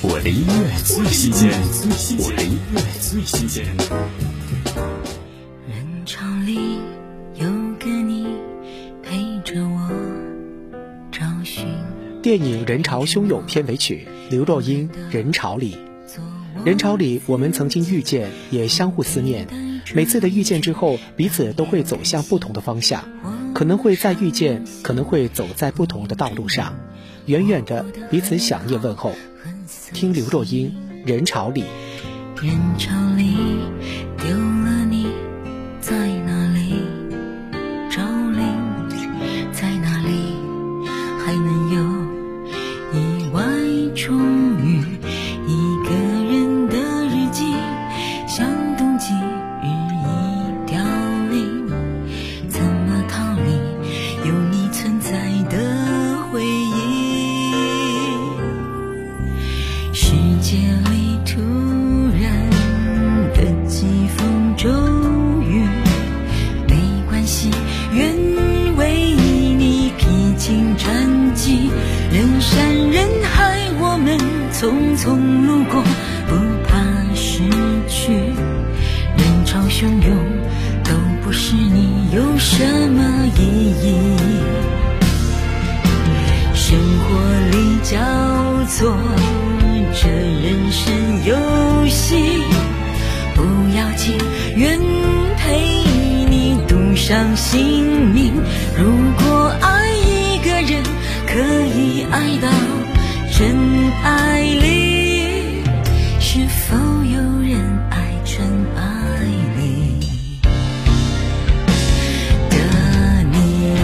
我的音乐最新鲜，我的音乐最新鲜。 人潮里有个你陪着我找寻。 电影《人潮汹涌》片尾曲，刘若英《人潮里》。人潮里，我们曾经遇见，也相互思念。每次的遇见之后，彼此都会走向不同的方向，可能会再遇见，可能会走在不同的道路上，远远的彼此想念问候。听刘若英《人潮里》。 人潮里丢了你，在哪里找零？在哪里还能有意外重遇？一个人的日记，像冬季日已凋零，怎么逃离有你存在的回忆？世界里突然的季风骤雨，没关系，愿为你披荆斩棘，人山人海我们匆匆路过，不怕失去，人潮汹涌都不是你有什么意义。生活里交错这人生游戏，不要紧，愿陪你赌上性命。如果爱一个人，可以爱到真爱里，是否有人爱真爱里的你？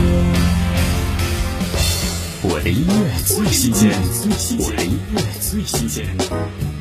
我的音乐最新鲜，我的音乐最新鲜。